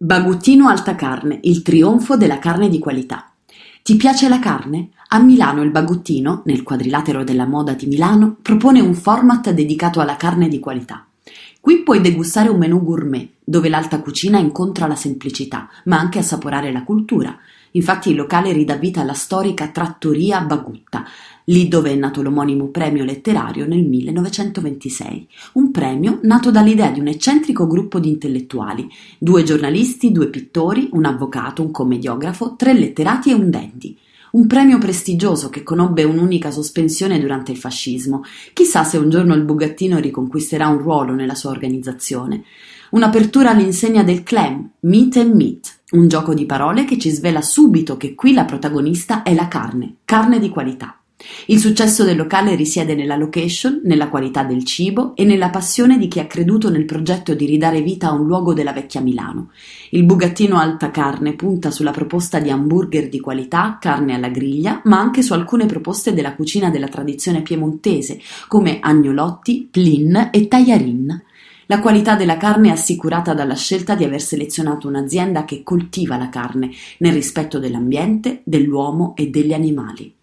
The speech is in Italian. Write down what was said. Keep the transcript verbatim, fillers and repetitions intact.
Baguttino Alta Carne, il trionfo della carne di qualità. Ti piace la carne? A Milano il Baguttino, nel quadrilatero della moda di Milano, propone un format dedicato alla carne di qualità. Qui puoi degustare un menù gourmet, dove l'alta cucina incontra la semplicità, ma anche assaporare la cultura. Infatti il locale ridà vita alla storica trattoria Bagutta, lì dove è nato l'omonimo premio letterario nel millenovecentoventisei. Un premio nato dall'idea di un eccentrico gruppo di intellettuali, due giornalisti, due pittori, un avvocato, un commediografo, tre letterati e un dandy. Un premio prestigioso che conobbe un'unica sospensione durante il fascismo. Chissà se un giorno il Bugattino riconquisterà un ruolo nella sua organizzazione. Un'apertura all'insegna del clam, meat and meat, un gioco di parole che ci svela subito che qui la protagonista è la carne, carne di qualità. Il successo del locale risiede nella location, nella qualità del cibo e nella passione di chi ha creduto nel progetto di ridare vita a un luogo della vecchia Milano. Il Bugattino Alta Carne punta sulla proposta di hamburger di qualità, carne alla griglia, ma anche su alcune proposte della cucina della tradizione piemontese, come agnolotti, plin e tagliarin. La qualità della carne è assicurata dalla scelta di aver selezionato un'azienda che coltiva la carne nel rispetto dell'ambiente, dell'uomo e degli animali.